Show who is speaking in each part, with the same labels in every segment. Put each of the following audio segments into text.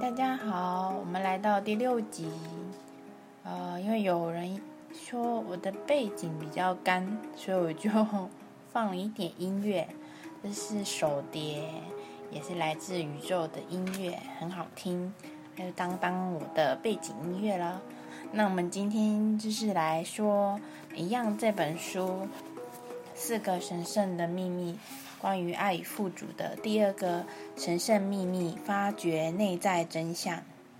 Speaker 1: 大家好，我们来到第6集。因为有人说我的背景比较干，所以我就放了一点音乐。这是手碟，也是来自宇宙的音乐，很好听，就当我的背景音乐了。那我们今天就是来说一样这本书4个神圣的秘密，关于爱与富足的第2个神圣秘密，发掘内在真相。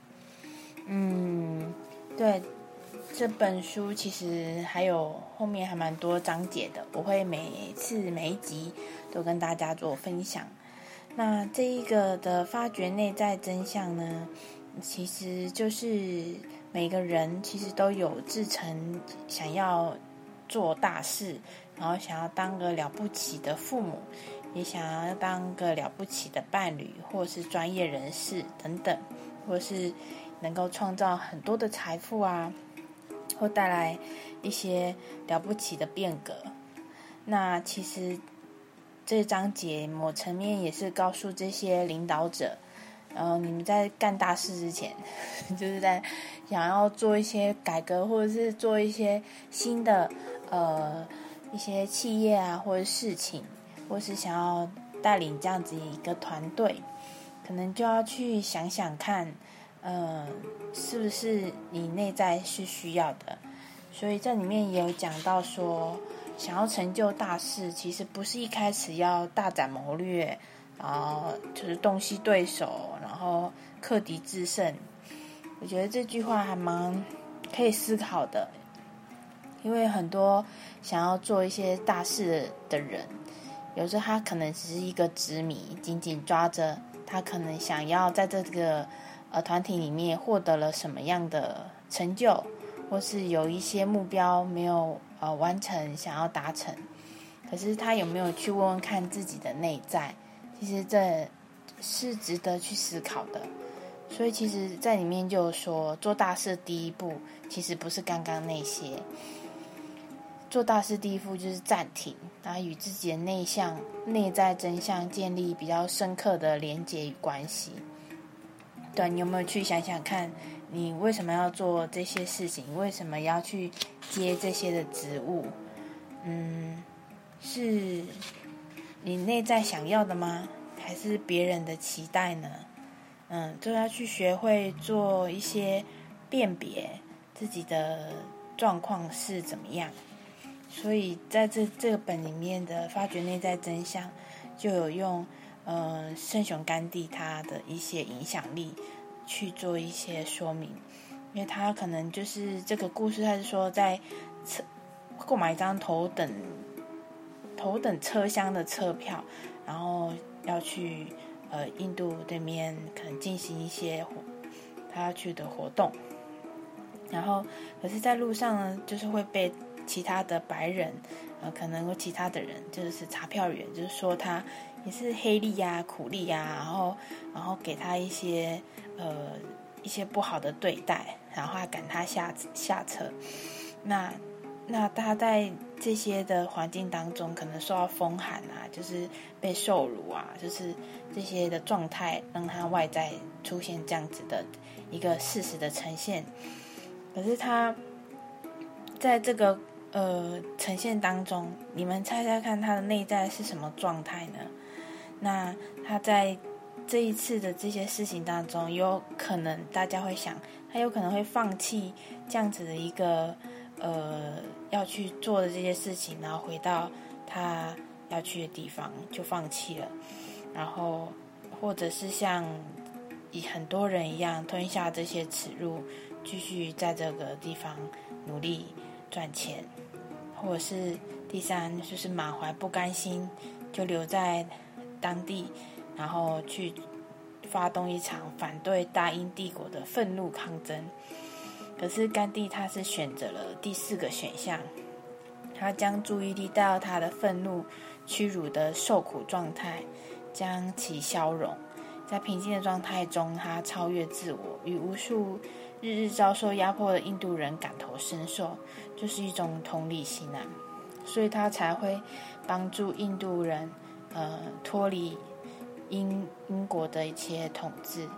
Speaker 1: 对，这本书其实还有后面还蛮多章节的，我会每一集都跟大家做分享。那这一个的发掘内在真相呢，其实就是每个人其实都有志成想要做大事，然后想要当个了不起的父母，也想要当个了不起的伴侣，或是专业人士等等，或是能够创造很多的财富啊，或带来一些了不起的变革。那其实这章节某层面也是告诉这些领导者，你们在干大事之前，就是在想要做一些改革，或者是做一些新的一些企业啊，或者事情，或是想要带领这样子一个团队，可能就要去想想看，是不是你内在是需要的。所以这里面也有讲到说，想要成就大事，其实不是一开始要大展谋略，然后就是洞悉对手，然后克敌制胜。我觉得这句话还蛮可以思考的，因为很多想要做一些大事的人，有时候他可能只是一个执迷，紧紧抓着他可能想要在这个团体里面获得了什么样的成就，或是有一些目标没有完成，想要达成，可是他有没有去问问看自己的内在，其实这是值得去思考的。所以其实在里面就有说，做大事第一步其实不是刚刚那些，做大事第一步就是暂停，然后与自己的内在真相建立比较深刻的连结与关系。对，你有没有去想想看，你为什么要做这些事情？为什么要去接这些的职务？是你内在想要的吗？还是别人的期待呢？就要去学会做一些辨别自己的状况是怎么样。所以在这个本里面的发掘内在真相，就有用圣雄甘地他的一些影响力去做一些说明。因为他可能就是这个故事，他是说在购买一张头等车厢的车票，然后要去印度对面可能进行一些他要去的活动，然后可是在路上呢，就是会被其他的白人可能有其他的人就是查票员，就是说他也是黑利啊苦力啊，然后给他一些不好的对待，然后还赶他下车。那他在这些的环境当中可能受到风寒啊，就是被受辱啊，就是这些的状态让他外在出现这样子的一个事实的呈现。可是他在这个呈现当中，你们猜猜看他的内在是什么状态呢？那他在这一次的这些事情当中，有可能大家会想，他有可能会放弃这样子的一个要去做的这些事情，然后回到他要去的地方就放弃了，然后或者是像很多人一样吞下这些耻辱，继续在这个地方努力赚钱，或者是第3就是满怀不甘心，就留在当地，然后去发动一场反对大英帝国的愤怒抗争。可是甘地他是选择了第4个选项，他将注意力带到他的愤怒、屈辱的受苦状态，将其消融。在平静的状态中，他超越自我，与无数日日遭受压迫的印度人感同身受，就是一种同理心啊。所以他才会帮助印度人脱离英国的一些统治，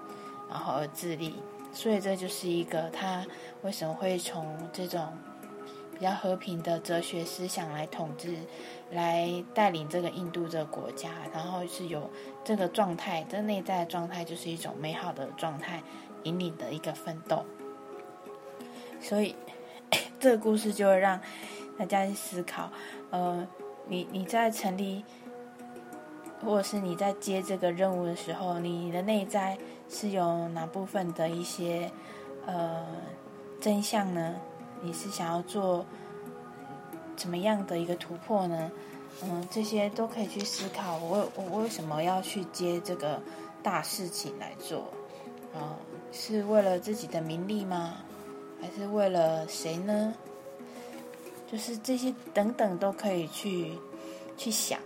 Speaker 1: 然后而自立。所以这就是一个他为什么会从这种比较和平的哲学思想来统治，来带领这个印度这个国家，然后是有这个状态，这内在的状态就是一种美好的状态，引领的一个奋斗。所以这个故事就会让大家去思考，你在成立或者是你在接这个任务的时候，你的内在是有哪部分的一些真相呢？你是想要做怎么样的一个突破呢？这些都可以去思考。我为什么要去接这个大事情来做？是为了自己的名利吗？还是为了谁呢？就是这些等等都可以去想。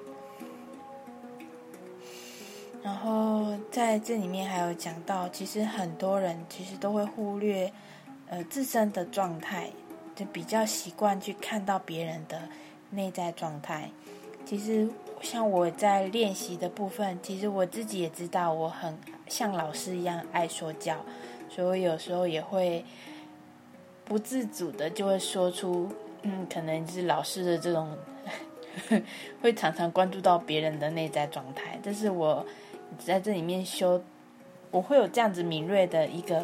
Speaker 1: 然后在这里面还有讲到，其实很多人其实都会忽略自身的状态，就比较习惯去看到别人的内在状态。其实像我在练习的部分，其实我自己也知道我很像老师一样爱说教，所以我有时候也会不自主的就会说出可能是老师的这种会常常关注到别人的内在状态。这是我在这里面修，我会有这样子敏锐的一个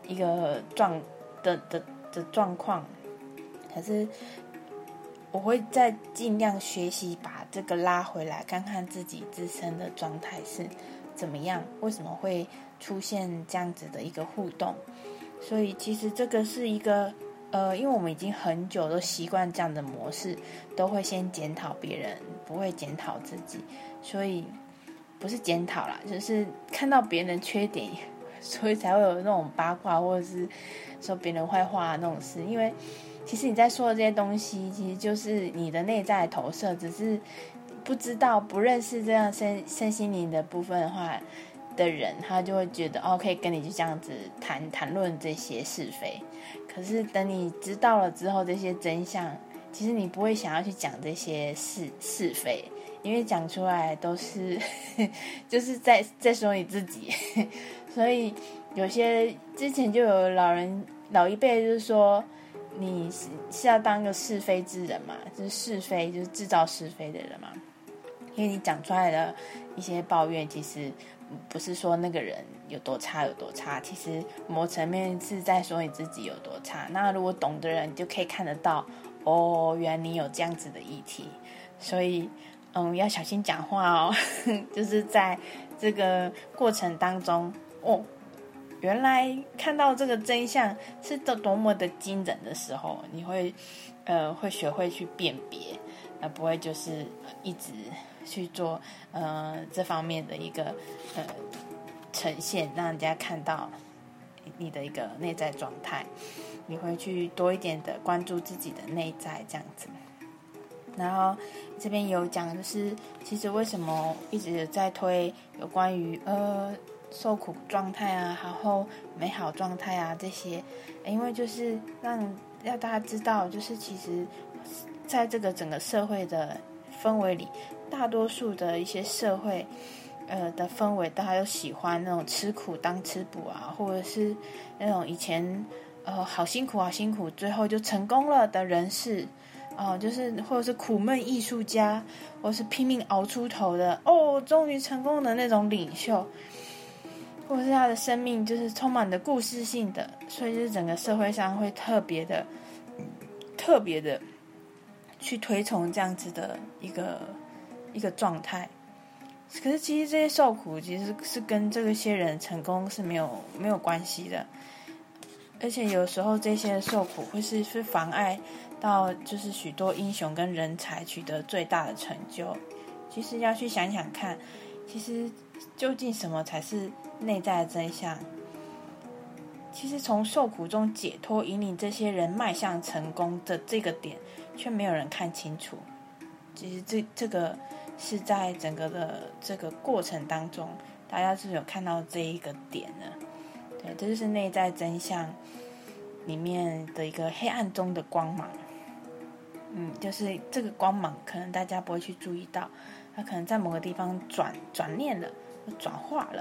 Speaker 1: 状况，可是我会再尽量学习把这个拉回来，看看自己自身的状态是怎么样，为什么会出现这样子的一个互动。所以其实这个是一个因为我们已经很久都习惯这样的模式，都会先检讨别人，不会检讨自己。所以不是检讨啦，就是看到别人的缺点，所以才会有那种八卦或者是说别人坏话那种事。因为其实你在说的这些东西，其实就是你的内在投射，只是不知道不认识这样身心灵的部分的话的人，他就会觉得可以跟你就这样子谈论这些是非。可是等你知道了之后，这些真相，其实你不会想要去讲这些是非，因为讲出来都是就是在说你自己。所以有些之前就有老一辈就是说，你是要当个是非之人嘛，就是是非就是制造是非的人嘛。因为你讲出来的一些抱怨，其实不是说那个人有多差，其实某层面是在说你自己有多差。那如果懂的人就可以看得到，原来你有这样子的议题。所以要小心讲话哦。就是在这个过程当中，原来看到这个真相是多么的惊人的时候，你会学会去辨别，不会就是一直去做这方面的一个呈现，让人家看到你的一个内在状态。你会去多一点的关注自己的内在这样子。然后这边有讲的是，其实为什么一直在推有关于受苦状态啊，然后美好状态啊这些，因为就是让大家知道，就是其实在这个整个社会的氛围里，大多数的一些社会的氛围，大家都喜欢那种吃苦当吃补啊，或者是那种以前好辛苦最后就成功了的人士。就是或者是苦闷艺术家，或是拼命熬出头的终于成功的那种领袖，或者是他的生命就是充满的故事性的，所以就是整个社会上会特别的去推崇这样子的一个状态。可是其实这些受苦其实是跟这些人成功是没有关系的，而且有时候这些受苦会是妨碍到就是许多英雄跟人才取得最大的成就。其实要去想想看，其实究竟什么才是内在的真相？其实从受苦中解脱，引领这些人迈向成功的这个点，却没有人看清楚。其实这个是在整个的这个过程当中，大家是有看到这一个点的。对，这就是内在真相里面的一个黑暗中的光芒。就是这个光芒可能大家不会去注意到，它可能在某个地方转念了，转化了，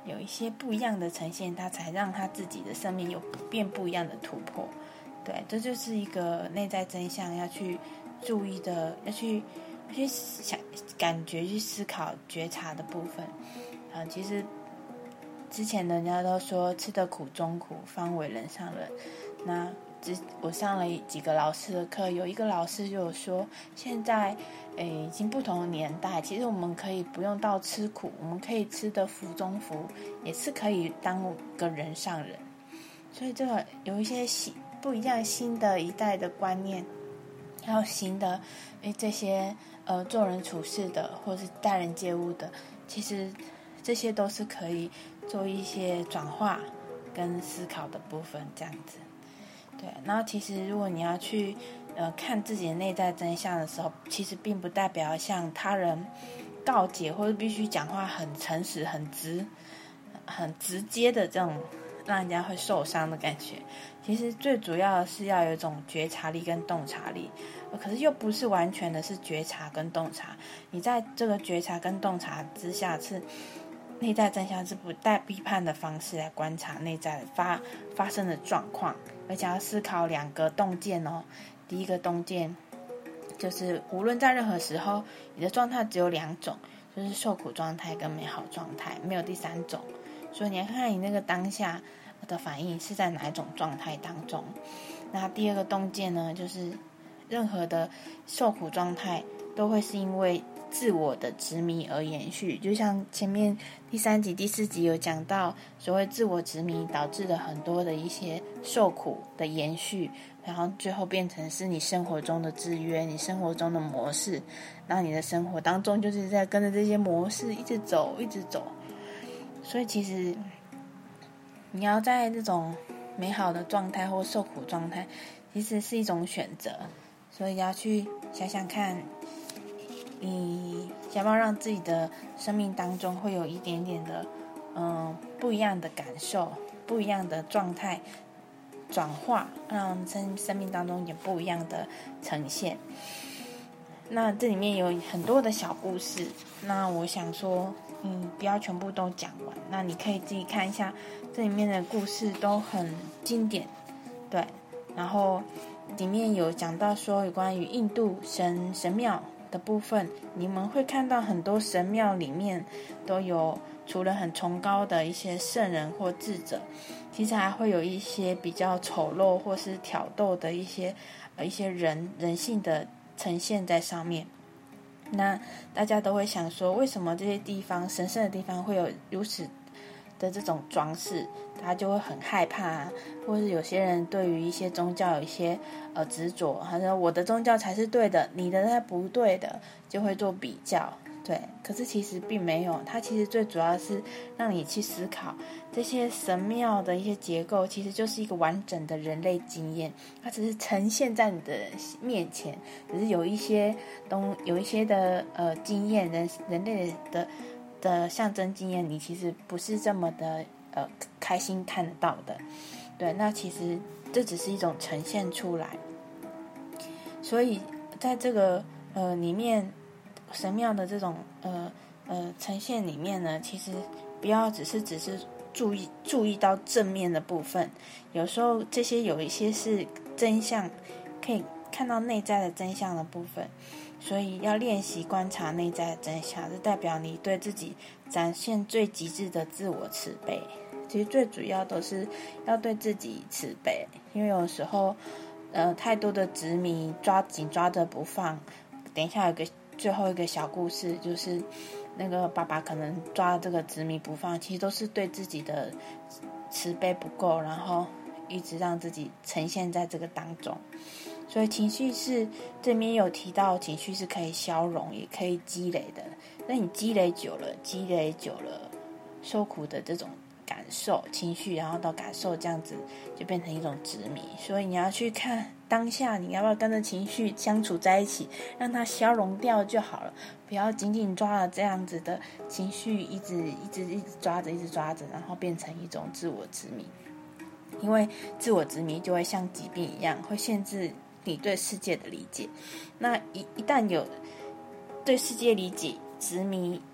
Speaker 1: 有一些不一样的呈现，他才让他自己的生命有不一样的突破。对，这就是一个内在真相要去注意的，要去想、感觉、去思考、觉察的部分。其实之前人家都说吃得苦中苦，方为人上人。那我上了几个老师的课，有一个老师就有说，现在已经不同的年代，其实我们可以不用到吃苦，我们可以吃得福中福，也是可以当个人上人。所以这个有一些不一样新的一代的观念，还有新的这些做人处事的，或是待人接物的，其实这些都是可以做一些转化跟思考的部分，这样子。对，然后其实如果你要去看自己的内在真相的时候，其实并不代表向他人告解，或者必须讲话很诚实、很直接的这种让人家会受伤的感觉。其实最主要的是要有一种觉察力跟洞察力，可是又不是完全的是觉察跟洞察。你在这个觉察跟洞察之下，是内在真相，是不带批判的方式来观察内在发生的状况，而且要思考两个洞见哦。第一个洞见就是无论在任何时候，你的状态只有两种，就是受苦状态跟美好状态，没有第三种。所以你要看看你那个当下的反应是在哪一种状态当中。那第二个洞见呢，就是任何的受苦状态都会是因为自我的执迷而延续，就像前面第3集、第4集有讲到，所谓自我执迷导致了很多的一些受苦的延续，然后最后变成是你生活中的制约，你生活中的模式，然后你的生活当中就是在跟着这些模式一直走。所以其实你要在这种美好的状态或受苦状态，其实是一种选择，所以要去想想看，你想不要让自己的生命当中会有一点点的不一样的感受，不一样的状态转化，让生命当中有不一样的呈现。那这里面有很多的小故事，那我想说不要全部都讲完，那你可以自己看一下，这里面的故事都很经典。对，然后里面有讲到说有关于印度神庙的部分，你们会看到很多神庙里面都有除了很崇高的一些圣人或智者，其实还会有一些比较丑陋或是挑逗的一些人性的呈现在上面。那大家都会想说，为什么这些地方神圣的地方会有如此的这种装饰，大家就会很害怕或是有些人对于一些宗教有一些执着，他说我的宗教才是对的，你的才不对的，就会做比较。对，可是其实并没有，它其实最主要是让你去思考这些神庙的一些结构，其实就是一个完整的人类经验，它只是呈现在你的面前，只是有一些的经验，人类的象征经验，你其实不是这么的开心看得到的。对，那其实这只是一种呈现出来，所以在这个里面神庙的这种呈现里面呢，其实不要只是注意到正面的部分，有时候这些有一些是真相，可以看到内在的真相的部分，所以要练习观察内在的真相，这代表你对自己展现最极致的自我慈悲。其实最主要都是要对自己慈悲，因为有时候太多的执迷紧抓着不放。等一下有个最后一个小故事，就是那个爸爸可能抓这个执迷不放，其实都是对自己的慈悲不够，然后一直让自己呈现在这个当中。所以情绪是这边有提到，情绪是可以消融也可以积累的，那你积累久了受苦的这种感受情绪，然后到感受，这样子就变成一种执迷。所以你要去看当下，你要不要跟着情绪相处在一起，让它消融掉就好了，不要紧紧抓了这样子的情绪，一直抓着然后变成一种自我执迷。因为自我执迷就会像疾病一样，会限制你对世界的理解。那一旦有对世界理解执迷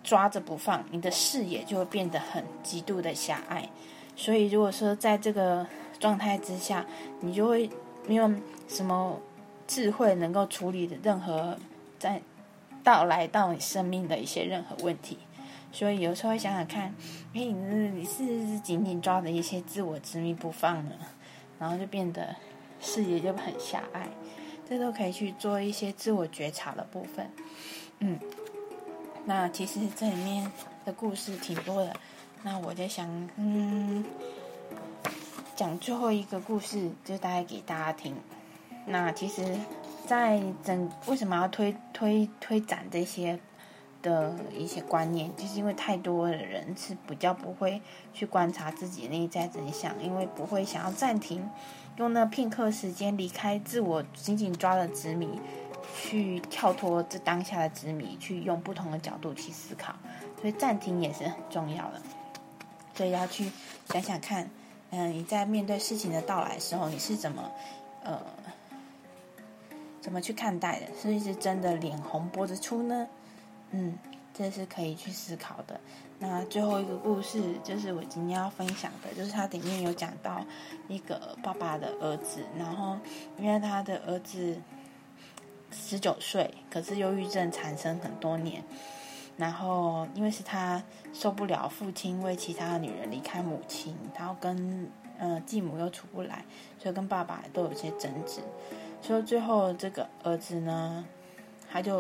Speaker 1: 抓着不放，你的视野就会变得很极度的狭隘。所以如果说在这个状态之下，你就会没有什么智慧能够处理的任何来到你生命的一些任何问题。所以有时候会想想看，你是紧紧抓着一些自我执迷不放呢，然后就变得视野就很狭隘。这都可以去做一些自我觉察的部分。那其实这里面的故事挺多的，那我在想讲最后一个故事，就大概给大家听。那其实在为什么要推展这些的一些观念，就是因为太多的人是比较不会去观察自己的内在真相，因为不会想要暂停，用那片刻时间离开自我紧紧抓的执迷，去跳脱这当下的执迷，去用不同的角度去思考。所以暂停也是很重要的。所以要去想想看，你在面对事情的到来的时候，你是怎么去看待的？是不是真的脸红脖子粗呢？这是可以去思考的。那最后一个故事就是我今天要分享的，就是它里面有讲到一个爸爸的儿子，然后因为他的儿子19岁，可是忧郁症缠身很多年，然后因为是他受不了父亲为其他的女人离开母亲，然后跟继母又处不来，所以跟爸爸都有些争执。所以最后这个儿子呢，他就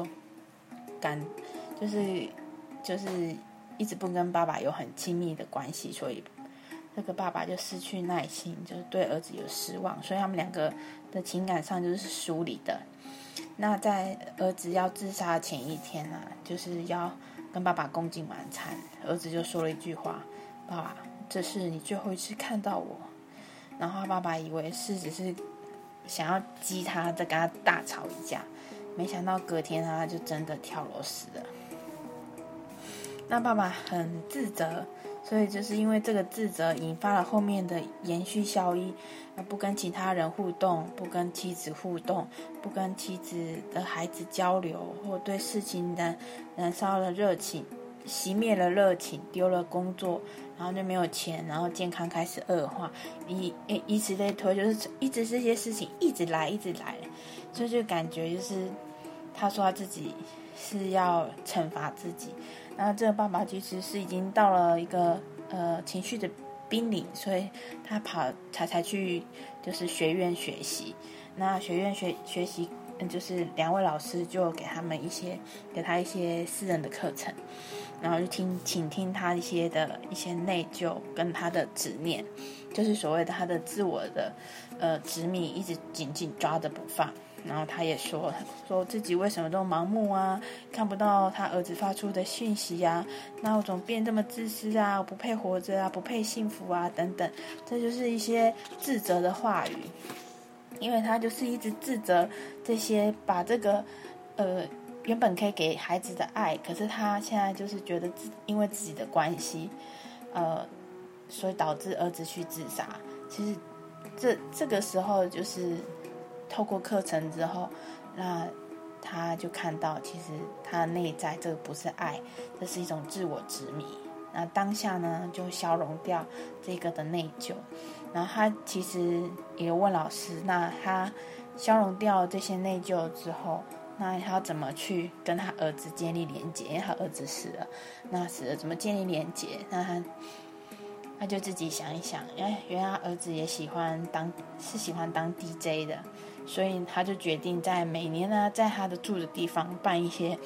Speaker 1: 就是一直不跟爸爸有很亲密的关系，所以这个爸爸就失去耐心，就是对儿子有失望，所以他们两个的情感上就是疏离的。那在儿子要自杀的前一天啊，就是要跟爸爸共进晚餐，儿子就说了一句话：“爸爸，这是你最后一次看到我。”然后他爸爸以为是只是想要激他，再跟他大吵一架，没想到隔天他就真的跳楼死了。那爸爸很自责，所以就是因为这个自责引发了后面的延续效益，不跟其他人互动，不跟妻子互动，不跟妻子的孩子交流，或对事情的燃烧了热情，熄灭了热情，丢了工作，然后就没有钱，然后健康开始恶化，以此类推，就是一直这些事情一直来，所以就感觉就是他说他自己是要惩罚自己。那这个爸爸其实是已经到了一个情绪的濒临，所以他才去就是学院学习。那学院学习就是2位老师就给他一些私人的课程，然后就倾听他一些内疚跟他的执念，就是所谓的他的自我的执迷一直紧紧抓着不放。然后他也说自己为什么都盲目啊，看不到他儿子发出的讯息啊，那我怎么变这么自私啊，我不配活着啊，不配幸福啊等等，这就是一些自责的话语。因为他就是一直自责这些，把这个原本可以给孩子的爱，可是他现在就是觉得因为自己的关系所以导致儿子去自杀。其实这个时候就是透过课程之后，那他就看到其实他的内在这个不是爱，这是一种自我执迷。那当下呢就消融掉这个的内疚。然后他其实也问老师，那他消融掉这些内疚之后，那他要怎么去跟他儿子建立连结？因为他儿子死了，那死了怎么建立连结？那他就自己想一想，原来他儿子也喜欢当 DJ 的，所以他就决定在每年呢，在他的住的地方办一些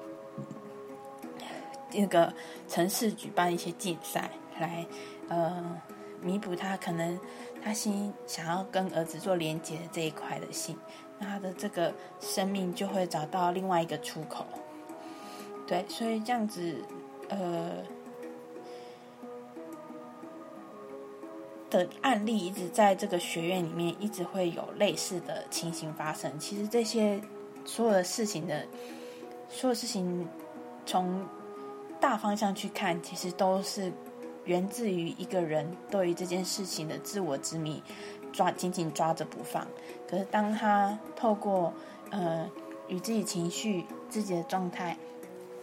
Speaker 1: 那个城市举办一些竞赛，来弥补他可能他心想要跟儿子做连结的这一块的心，那他的这个生命就会找到另外一个出口。对，所以这样子的案例一直在这个学院里面一直会有类似的情形发生。其实这些所有事情从大方向去看，其实都是源自于一个人对于这件事情的自我执迷，紧紧抓着不放。可是当他透过与自己情绪、自己的状态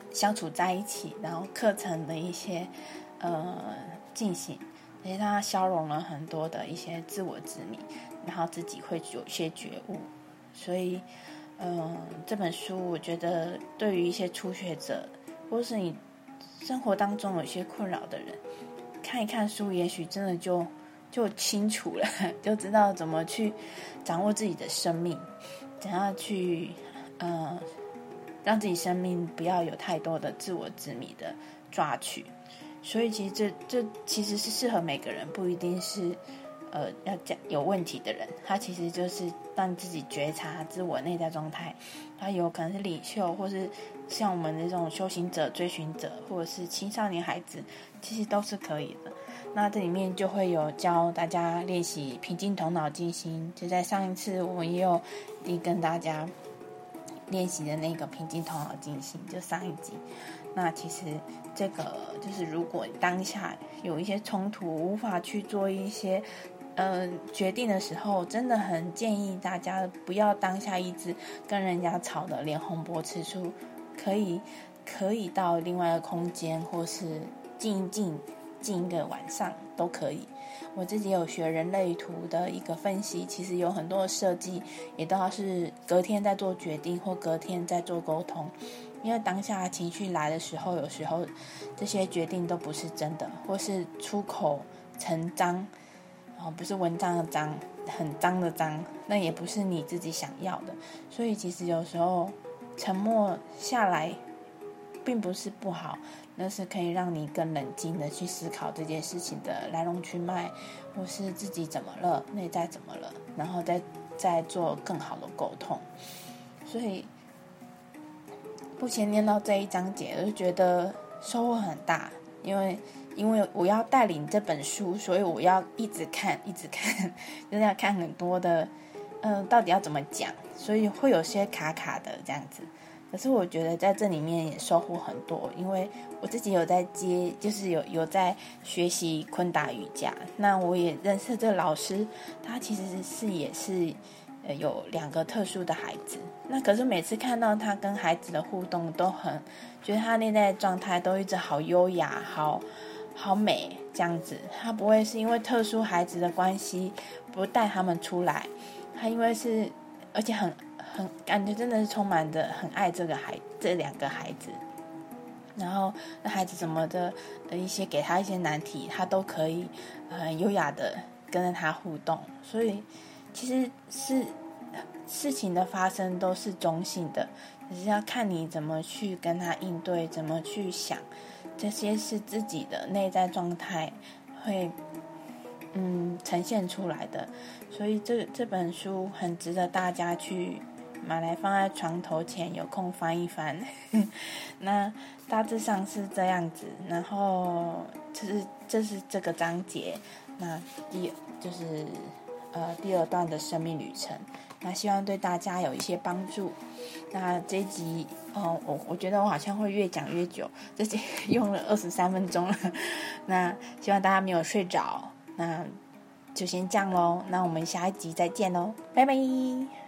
Speaker 1: 相处在一起，然后课程的一些进行，也让他消融了很多的一些自我之谜，然后自己会有一些觉悟。所以这本书我觉得对于一些初学者，或是你生活当中有一些困扰的人，看一看书，也许真的就清楚了，就知道怎么去掌握自己的生命，怎样去让自己生命不要有太多的自我之谜的抓取。所以其实这其实是适合每个人，不一定是要讲有问题的人，他其实就是让自己觉察自我内在状态。他有可能是领袖，或是像我们这种修行者、追寻者，或者是青少年孩子，其实都是可以的。那这里面就会有教大家练习平静头脑静心，就在上一次我们也有跟大家练习的那个平静头脑静心，就上一集。那其实这个就是如果当下有一些冲突，无法去做一些决定的时候，真的很建议大家不要当下一直跟人家吵得脸红脖赤出，可以到另外一个空间，或是静一个晚上都可以。我自己有学人类图的一个分析，其实有很多的设计也都是隔天再做决定，或隔天再做沟通。因为当下情绪来的时候，有时候这些决定都不是真的，或是出口成章，不是文章的章，很脏的脏，那也不是你自己想要的。所以其实有时候沉默下来并不是不好，那是可以让你更冷静的去思考这件事情的来龙去脉，或是自己怎么了，内在怎么了，然后再做更好的沟通。所以目前念到这一章节，我就觉得收获很大，因为我要带领这本书，所以我要一直看，就是要看很多的，到底要怎么讲，所以会有些卡卡的这样子。可是我觉得在这里面也收获很多，因为我自己有在就是有在学习昆达瑜伽，那我也认识这个老师，他其实也是有2个特殊的孩子。那可是每次看到他跟孩子的互动，都很觉得他内在的状态都一直好优雅，好美这样子。他不会是因为特殊孩子的关系不带他们出来，他因为是而且很感觉真的是充满着很爱这2个孩子，然后那孩子什么的一些给他一些难题，他都可以很优雅的跟着他互动。所以其实是事情的发生都是中性的，只是要看你怎么去跟他应对，怎么去想，这些是自己的内在状态会呈现出来的。所以这本书很值得大家去买来放在床头前，有空翻一翻。那大致上是这样子，然后这是这个章节，那就是第2段的生命旅程。那希望对大家有一些帮助。那这一集我觉得我好像会越讲越久，这集用了23分钟了。那希望大家没有睡着，那就先这样咯，那我们下一集再见咯，拜拜。